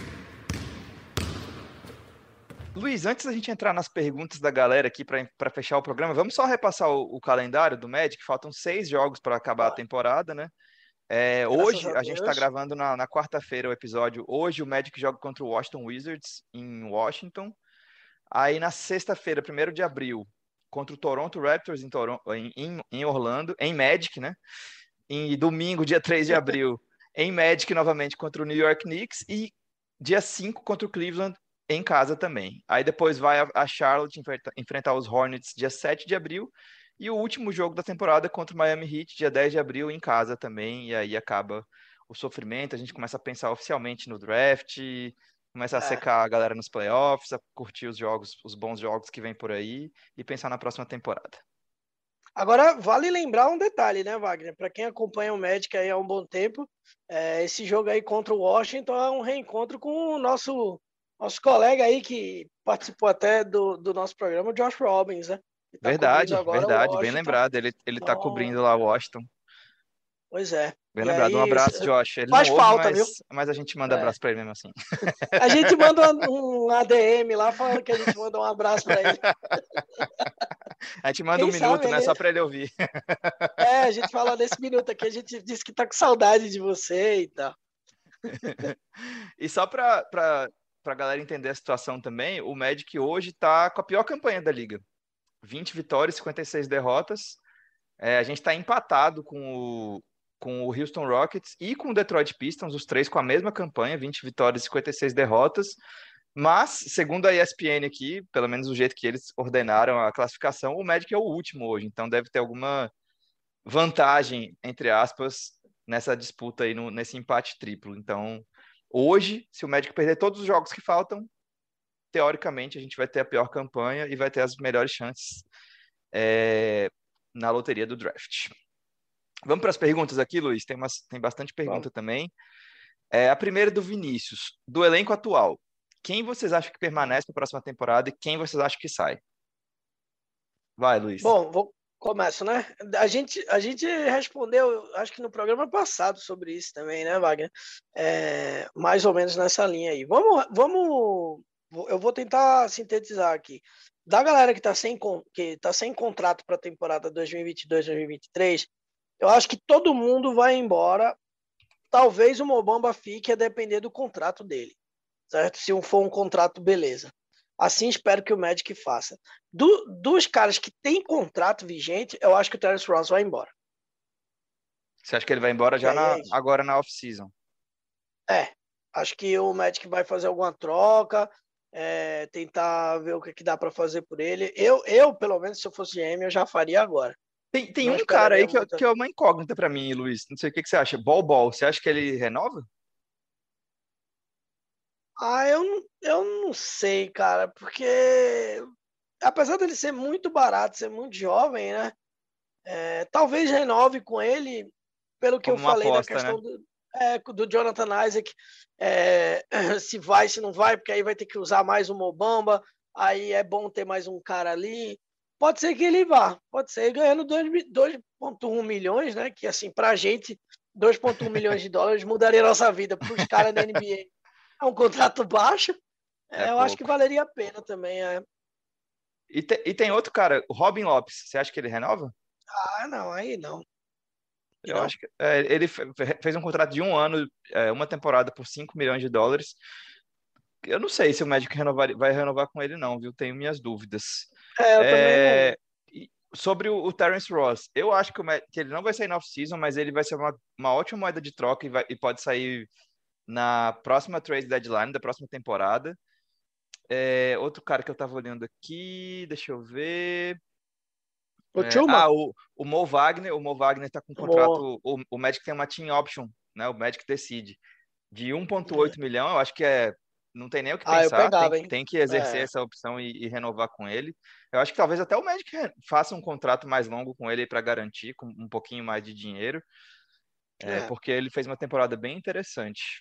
Luiz, antes da gente entrar nas perguntas da galera aqui para fechar o programa, vamos só repassar o, o calendário do Magic. Faltam seis jogos para acabar a temporada, né? É, hoje, a, a gente está gravando na, na quarta-feira o episódio. Hoje o Magic joga contra o Washington Wizards em Washington. Aí na sexta-feira, primeiro de abril, contra o Toronto Raptors em, Toronto, em, em Orlando, em Magic, né? E domingo, dia três de abril, em Magic novamente contra o New York Knicks. E dia cinco contra o Cleveland em casa também. Aí depois vai a, a Charlotte enfrenta, enfrentar os Hornets dia sete de abril. E o último jogo da temporada contra o Miami Heat, dia dez de abril, em casa também. E aí acaba o sofrimento. A gente começa a pensar oficialmente no draft, começa a secar a galera nos playoffs, a curtir os jogos, os bons jogos que vem por aí e pensar na próxima temporada. Agora, vale lembrar um detalhe, né, Wagner? Para quem acompanha o Magic aí há um bom tempo, é, esse jogo aí contra o Washington é um reencontro com o nosso, nosso colega aí que participou até do, do nosso programa, o Josh Robbins, né? Tá verdade, agora o verdade, bem Washington. lembrado. Ele, ele Então, tá cobrindo lá o Washington. Pois é. Bem E lembrado. Um aí, abraço, Josh. Ele não faz ouve, falta, viu? mas, mas a gente manda É. abraço para ele mesmo assim. A gente manda um A D M lá falando que a gente manda um abraço para ele. A gente manda Quem um minuto, sabe né? ele... Só para ele ouvir. É, a gente fala nesse minuto aqui, a gente diz que tá com saudade de você e tal. E só para a galera entender a situação também, o Magic hoje está com a pior campanha da liga. vinte vitórias, cinquenta e seis derrotas. É, a gente está empatado com o, com o Houston Rockets e com o Detroit Pistons, os três com a mesma campanha, vinte vitórias e cinquenta e seis derrotas. Mas, segundo a E S P N aqui, pelo menos do jeito que eles ordenaram a classificação, o Magic é o último hoje, então deve ter alguma vantagem, entre aspas, nessa disputa aí, no, nesse empate triplo. Então, hoje, se o Magic perder todos os jogos que faltam, teoricamente a gente vai ter a pior campanha e vai ter as melhores chances é, na loteria do draft. Vamos para as perguntas aqui, Luiz? Tem, umas, tem bastante pergunta Vamos. também. É, a primeira é do Vinícius. Do elenco atual, quem vocês acham que permanece na próxima temporada e quem vocês acham que sai? Vai, Luiz. Bom, vou, começo, né? A gente, a gente respondeu, acho que no programa passado, sobre isso também, né, Wagner? É, mais ou menos nessa linha aí. Vamos, vamos, eu vou tentar sintetizar aqui. Da galera que está sem, que tá sem contrato para a temporada dois mil e vinte e dois, dois mil e vinte e três, eu acho que todo mundo vai embora. Talvez o Mo Bamba fique a depender do contrato dele, certo? Se for um contrato, beleza. Assim espero que o Magic faça. Do, dos caras que têm contrato vigente, eu acho que o Terence Ross vai embora. Você acha que ele vai embora já na, é agora na off-season? É, acho que o Magic vai fazer alguma troca, é, tentar ver o que, que dá para fazer por ele. Eu, eu, pelo menos, se eu fosse G M, eu já faria agora. Tem, tem Não um cara esperaria aí que, é- muito. que é uma incógnita pra mim, Luiz. Não sei o que, que você acha. Bol Bol, você acha que ele renova? Ah, eu, não- eu não sei, cara, porque apesar dele ser muito barato, ser muito jovem, né? É, talvez renove com ele, pelo que eu Como uma falei da aposta, né? questão do, é, do Jonathan Isaac, é, se vai, se não vai, porque aí vai ter que usar mais o Mobamba, aí é bom ter mais um cara ali. Pode ser que ele vá, pode ser ganhando dois vírgula um milhões, né? Que assim, pra gente, dois vírgula um milhões de dólares mudaria a nossa vida. Para os caras da N B A, é um contrato baixo, É é, eu acho que pouco. valeria a pena também. É. E, te- e tem outro cara, o Robin Lopes. Você acha que ele renova? Ah, não, aí não. E Eu não? acho que é, ele fe- fez um contrato de um ano, é, uma temporada por cinco milhões de dólares. Eu não sei se o Magic renovar, vai renovar com ele, não, viu? Tenho minhas dúvidas. É, eu também não. É, e sobre o, o Terence Ross, eu acho que, o Ma- que ele não vai sair na off-season, mas ele vai ser uma, uma ótima moeda de troca e, vai- e pode sair na próxima trade deadline da próxima temporada. É, outro cara que eu tava olhando aqui, deixa eu ver. O É, Chuma? ah, o, o Mo Wagner. O Mo Wagner tá com um Boa. contrato. O, o Magic tem uma team option, né? O Magic decide. De um vírgula É. oito milhão, eu acho que é. Não tem nem o que Ah, eu pensar, tem, pegava, hein? tem que exercer É, essa opção e, e renovar com ele. Eu acho que talvez até o Magic re- faça um contrato mais longo com ele para garantir com um pouquinho mais de dinheiro, é, é. porque ele fez uma temporada bem interessante.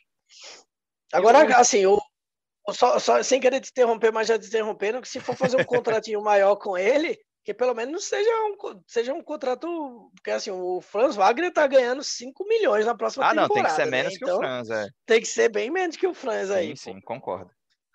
E o, Agora, e o assim, o, o só, só, sem querer te interromper, mas já te interrompendo, que se for fazer um contratinho maior com ele, que pelo menos não seja um, co- seja um contrato. Porque assim, o Franz Wagner tá ganhando cinco milhões na próxima Ah, não, tem que ser temporada, né? menos que o Então Franz, é. tem que ser bem menos que o Franz Sim, aí, pô. sim, concordo.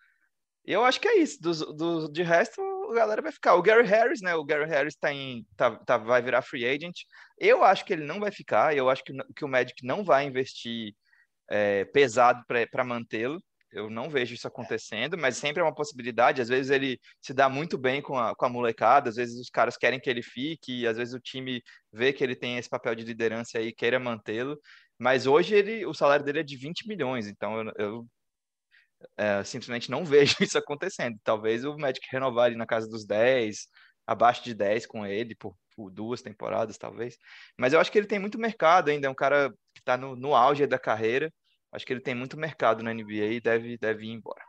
E eu acho que é isso. Dos, dos, de resto, a galera vai ficar. O Gary Harris, né? O Gary Harris tá em, tá, tá, vai virar free agent. Eu acho que ele não vai ficar. Eu acho que, que o Magic não vai investir é, pesado para mantê-lo. Eu não vejo isso acontecendo, mas sempre é uma possibilidade. Às vezes ele se dá muito bem com a, com a molecada, às vezes os caras querem que ele fique, às vezes o time vê que ele tem esse papel de liderança aí e queira mantê-lo. Mas hoje ele, o salário dele é de vinte milhões, então eu, eu é, simplesmente não vejo isso acontecendo. Talvez o Magic renovar ali na casa dos dez, abaixo de dez com ele, por, por duas temporadas, talvez. Mas eu acho que ele tem muito mercado ainda, é um cara que está no, no auge da carreira. Acho que ele tem muito mercado na N B A e deve, deve ir embora.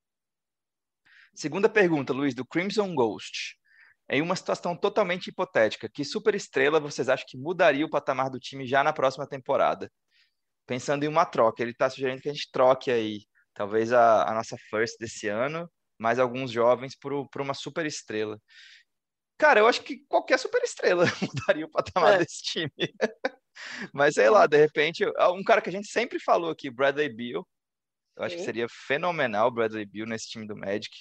Segunda pergunta, Luiz, do Crimson Ghost. Em uma situação totalmente hipotética, que superestrela vocês acham que mudaria o patamar do time já na próxima temporada? Pensando em uma troca, ele está sugerindo que a gente troque aí, talvez a, a nossa first desse ano, mais alguns jovens por, por uma superestrela. Cara, eu acho que qualquer superestrela mudaria o patamar É. desse time. Mas sei lá, de repente, um cara que a gente sempre falou aqui, Bradley Beal, eu acho que Sim. seria fenomenal o Bradley Beal nesse time do Magic.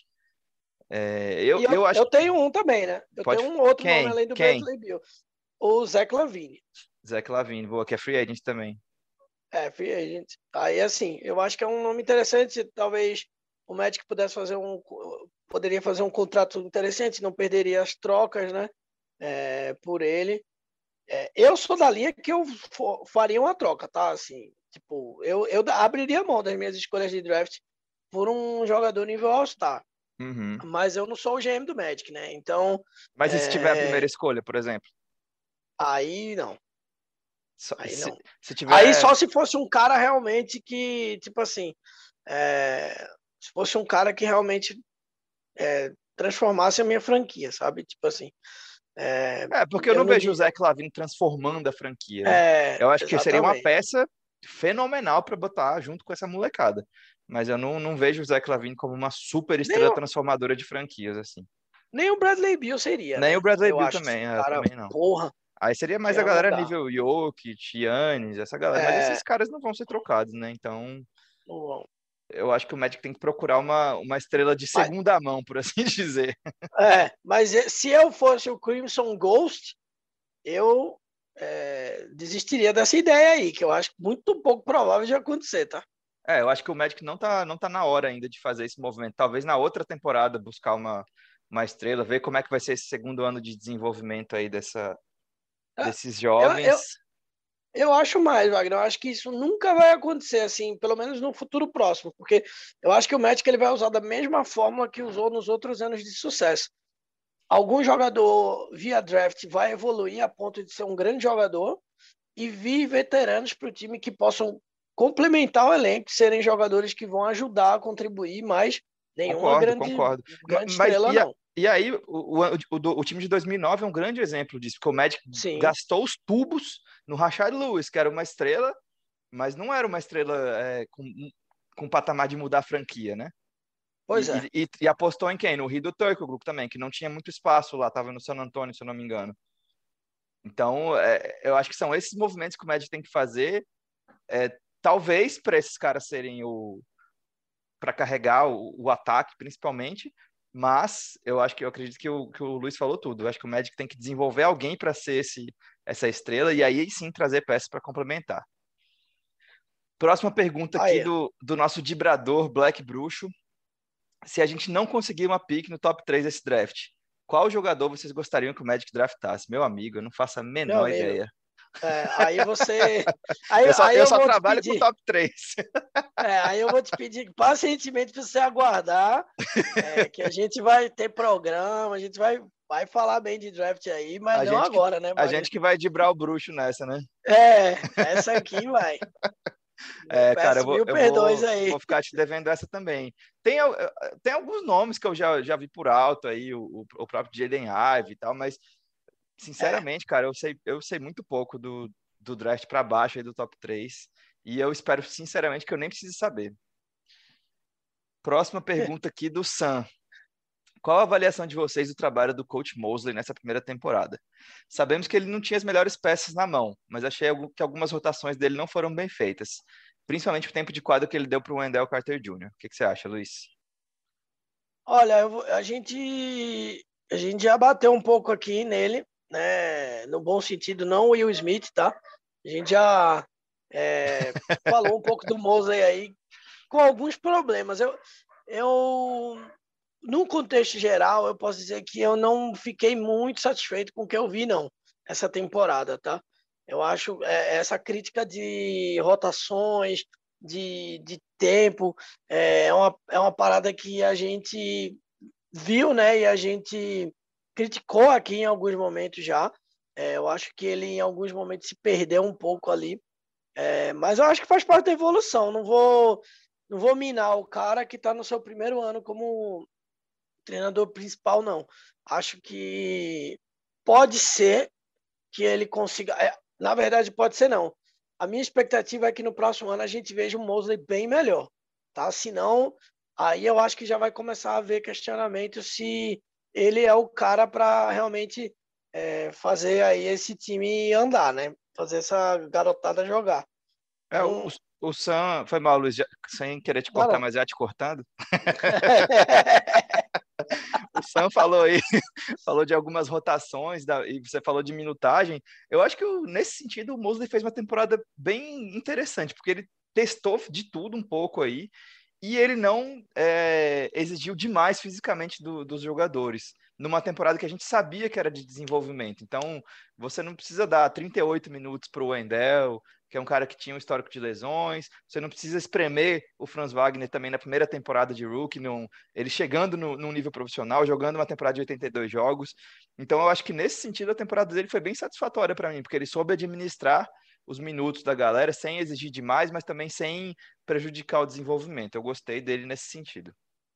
É, eu, E eu, eu acho eu que tenho um também, né? Eu tenho pode. um outro nome Quem? além do Quem? Bradley Beal. O Zach LaVine. Zach LaVine, boa, que é free agent também. É, free agent. Aí, assim, eu acho que é um nome interessante. Talvez o Magic pudesse fazer um. Poderia fazer um contrato interessante, não perderia as trocas, né? É, por ele. É, eu sou da linha que eu faria uma troca, tá? Assim, tipo, eu, eu abriria mão das minhas escolhas de draft por um jogador nível All-Star. Uhum. Mas eu não sou o G M do Magic, né? Então, Mas e se tiver a primeira é, escolha, por exemplo? aí não. Só- Aí Se, não. se Aí tiver. só se fosse um cara realmente que, tipo assim, é, se fosse um cara que realmente é, transformasse a minha franquia, sabe? Tipo assim, é, É, porque eu eu não não vejo o diria. Zach LaVine transformando a franquia, né? É, Eu acho que seria uma exatamente. peça fenomenal para botar junto com essa molecada. Mas eu não, não vejo o Zach LaVine como uma super Nem, estrela o- transformadora de franquias, assim. nem o Bradley Beal seria, Nem o né? Bradley Eu Beal acho que também, esse é, cara, também não. porra, Aí seria mais a ia galera mudar. nível Jokic, Giannis, essa galera. Mas É, esses caras não vão ser trocados, né? Então, o- eu acho que o Magic tem que procurar uma, uma estrela de mas, segunda mão, por assim dizer. é, mas se eu fosse o Crimson Ghost, eu é, desistiria dessa ideia aí, que eu acho muito pouco provável de acontecer, tá? É, eu acho que o Magic não tá, não tá na hora ainda de fazer esse movimento. Talvez na outra temporada buscar uma, uma estrela, ver como é que vai ser esse segundo ano de desenvolvimento aí dessa, É, desses Eu, eu, jovens. eu acho mais, Wagner. Eu acho que isso nunca vai acontecer, assim, pelo menos no futuro próximo, porque eu acho que o Magic ele vai usar da mesma fórmula que usou nos outros anos de sucesso. Algum jogador via draft vai evoluir a ponto de ser um grande jogador e vir veteranos para o time que possam complementar o elenco, serem jogadores que vão ajudar a contribuir, mas nenhuma Concordo, grande, concordo. Ma- grande Mas estrela, e, a- não. e aí, o, o, o do- o time de dois mil e nove é um grande exemplo disso, porque o Magic Sim, gastou os tubos no Rashard Lewis, que era uma estrela, mas não era uma estrela é, com, com patamar de mudar a franquia, né? pois é. E, e, e apostou em quem? No Rio do Turco também, que não tinha muito espaço lá, estava no San Antonio, se eu não me engano. Então, é, eu acho que são esses movimentos que o Magic tem que fazer, é, talvez para esses caras serem o para carregar o, o, ataque, principalmente, mas eu acho que eu acredito que o, que o Luiz falou tudo. Eu acho que o Magic tem que desenvolver alguém para ser esse, essa estrela e aí sim trazer peças para complementar. Próxima pergunta aqui Aí, do, do nosso Dibrador Black Bruxo. Se a gente não conseguir uma pick no top três desse draft, qual jogador vocês gostariam que o Magic draftasse? Meu amigo, eu não faço a meu menor amigo, ideia. é, aí você. Aí, Eu só, aí eu eu só vou te trabalho com o pedir. top três. É, aí eu vou te pedir pacientemente para você aguardar, é, que a gente vai ter programa, a gente vai, vai falar bem de draft aí, mas A não gente que, agora, né, a Wagner? gente que vai dibrar o bruxo nessa, né? É, essa aqui vai. Eu É, cara, eu peço vou, mil eu perdões vou, aí. vou ficar te devendo essa também. Tem, al- tem alguns nomes que eu já, já vi por alto aí, o, o o próprio Jaden Ive e tal, mas, É, sinceramente, cara, eu sei, eu sei muito pouco do, do draft para baixo aí do top três e eu espero, sinceramente, que eu nem precise saber. Próxima pergunta aqui do Sam. Qual a avaliação de vocês do trabalho do Coach Mosley nessa primeira temporada? Sabemos que ele não tinha as melhores peças na mão, mas achei algu- que algumas rotações dele não foram bem feitas, principalmente o tempo de quadro que ele deu para o Wendell Carter Júnior O que, que você acha, Luiz? olha, eu vou- a gente a gente já bateu um pouco aqui nele, né? No bom sentido, não o Will Smith, tá? A gente já é, falou um pouco do Mosley aí com alguns problemas. Eu, eu, num contexto geral, eu posso dizer que eu não fiquei muito satisfeito com o que eu vi, não, essa temporada, tá? Eu acho é, essa crítica de rotações, de, de tempo, é é uma, é uma parada que a gente viu, né? E a gente criticou aqui em alguns momentos já. É, eu acho que ele, em alguns momentos, se perdeu um pouco ali. É, mas eu acho que faz parte da evolução. Não vou, não vou minar o cara que está no seu primeiro ano como treinador principal, não. Acho que pode ser que ele consiga. É, na verdade, pode ser não. A minha expectativa é que no próximo ano a gente veja o Mosley bem melhor, tá? Se não, aí eu acho que já vai começar a haver questionamento se ele é o cara para realmente é, fazer aí esse time andar, né? Fazer essa garotada jogar. É, o, Então, o Sam, foi mal, Luiz, já- sem querer te não, cortar, não. mas já te cortando. O Sam falou aí, falou de algumas rotações da- e você falou de minutagem. Eu acho que o- nesse sentido o Mosley fez uma temporada bem interessante, porque ele testou de tudo um pouco aí e ele não é, exigiu demais fisicamente do- dos jogadores. Numa temporada que a gente sabia que era de desenvolvimento. Então, você não precisa dar trinta e oito minutos para o Wendell, que é um cara que tinha um histórico de lesões. Você não precisa espremer o Franz Wagner também na primeira temporada de rookie, num, ele chegando no, num nível profissional, jogando uma temporada de oitenta e dois jogos. Então, eu acho que nesse sentido a temporada dele foi bem satisfatória para mim, porque ele soube administrar os minutos da galera sem exigir demais, mas também sem prejudicar o desenvolvimento. Eu gostei dele nesse sentido.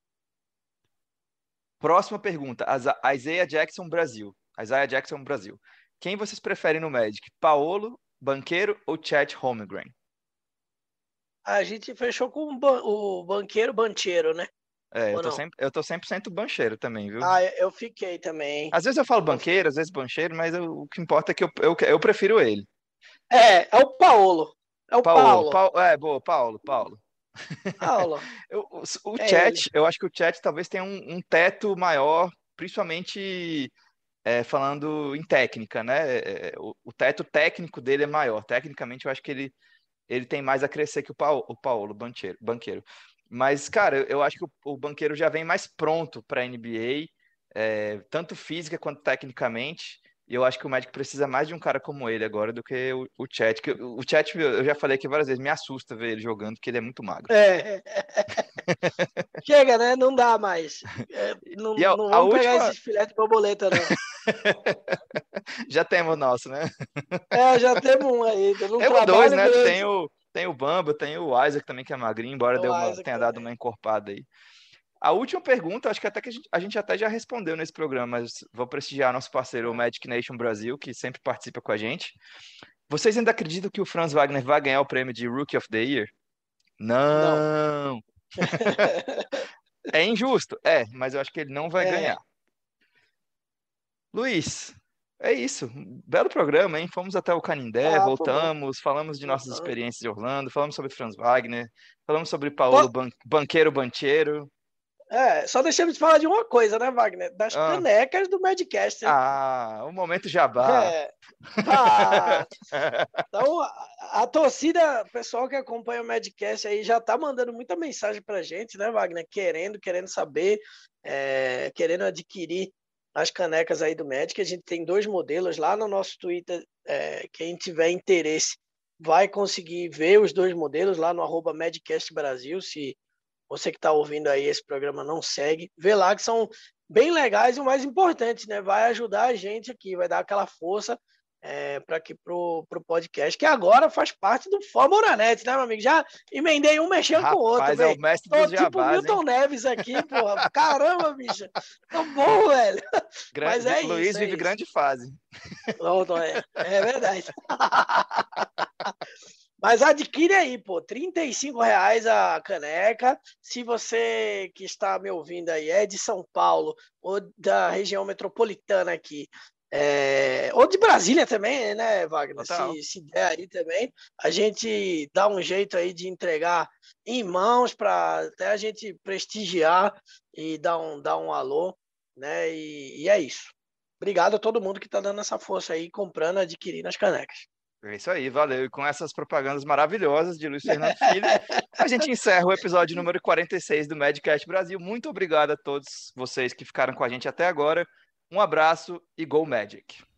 Próxima pergunta. A Isaiah Jackson Brasil. Isaiah Jackson Brasil. Quem vocês preferem no Magic? Paolo, Banqueiro ou Chet Holmgren? A gente fechou com o, ban o banqueiro bancheiro, né? É, eu Ou tô, não? sempre, eu tô cem por cento bancheiro também, viu? Ah, eu fiquei também. Às vezes eu falo Eu banqueiro, fiquei. às vezes bancheiro, mas eu- o que importa é que eu, eu, eu prefiro ele. É, é o Paulo. É o Paulo, Paulo. Paulo, é, boa, Paulo, Paulo. Paulo. Eu- o, o É ele. chat, eu acho que o chat talvez tenha um, um teto maior, principalmente é, falando em técnica, né? É, o, o teto técnico dele é maior. Tecnicamente, eu acho que ele ele tem mais a crescer que o, Paulo, o Paulo Banqueiro, Banqueiro. Mas, cara, eu, eu acho que o, o Banqueiro já vem mais pronto para a N B A, é, tanto física quanto tecnicamente. E eu acho que o Magic precisa mais de um cara como ele agora do que o, o Chet. Que o, o Chet, eu já falei aqui várias vezes, me assusta ver ele jogando, porque ele é muito magro. É. Chega, né? Não dá mais. É, não, E a, não a vamos última... pegar esses filé de borboleta, não. Já temos o nosso, né? É, já temos um aí. Num Temos dois, trabalho né? grande. Tem o, tem o Bamba, tem o Isaac também, que é magrinho, embora deu O uma, Isaac tenha dado também. uma encorpada aí. A última pergunta, acho que até que a gente, a gente até já respondeu nesse programa, mas vou prestigiar nosso parceiro, o É. Magic Nation Brasil, que sempre participa com a gente. Vocês ainda acreditam que o Franz Wagner vai ganhar o prêmio de Rookie of the Year? Não. Não! É injusto? É, mas eu acho que ele não vai É. ganhar. Luiz, é isso. Belo programa, hein? Fomos até o Canindé, Ah, foi bom. voltamos, falamos de nossas Voltando. experiências de Orlando, falamos sobre Franz Wagner, falamos sobre Paulo Só, Ban Banqueiro Banchero. é, só deixamos de falar de uma coisa, né, Wagner? Das Ah, canecas do Madcast, hein? ah, o momento jabá. É. Ah, então, a, a torcida, o pessoal que acompanha o Madcast aí já tá mandando muita mensagem pra gente, né, Wagner? Querendo, querendo saber, é, querendo adquirir as canecas aí do Magic. A gente tem dois modelos lá no nosso Twitter. É, quem tiver interesse vai conseguir ver os dois modelos lá no arroba Madcast Brasil. Se você que está ouvindo aí esse programa não segue, vê lá que são bem legais e o mais importante, né? Vai ajudar a gente aqui, vai dar aquela força é, para aqui pro, pro podcast, que agora faz parte do Fórmula Net, né, meu amigo? Já emendei um mexendo com o outro, Rapaz, é o velho. mestre Tô dos tipo o jabás, hein? Milton Neves aqui, porra. Caramba, bicho. Tô bom, velho. Gran... Mas é Luiz isso, é vive isso. grande fase. Pronto, é, é verdade. Mas adquire aí, pô, trinta e cinco reais a caneca. Se você que está me ouvindo aí é de São Paulo ou da região metropolitana aqui, é, ou de Brasília também, né, Wagner? Total. Se, se der aí também, a gente dá um jeito aí de entregar em mãos para até a gente prestigiar e dar um, dar um alô, né? E, e é isso. Obrigado a todo mundo que está dando essa força aí, comprando, adquirindo as canecas. É isso aí, valeu. E com essas propagandas maravilhosas de Luiz Fernando Filho, a gente encerra o episódio número quarenta e seis do Madcast Brasil. Muito obrigado a todos vocês que ficaram com a gente até agora. Um abraço e Go Magic!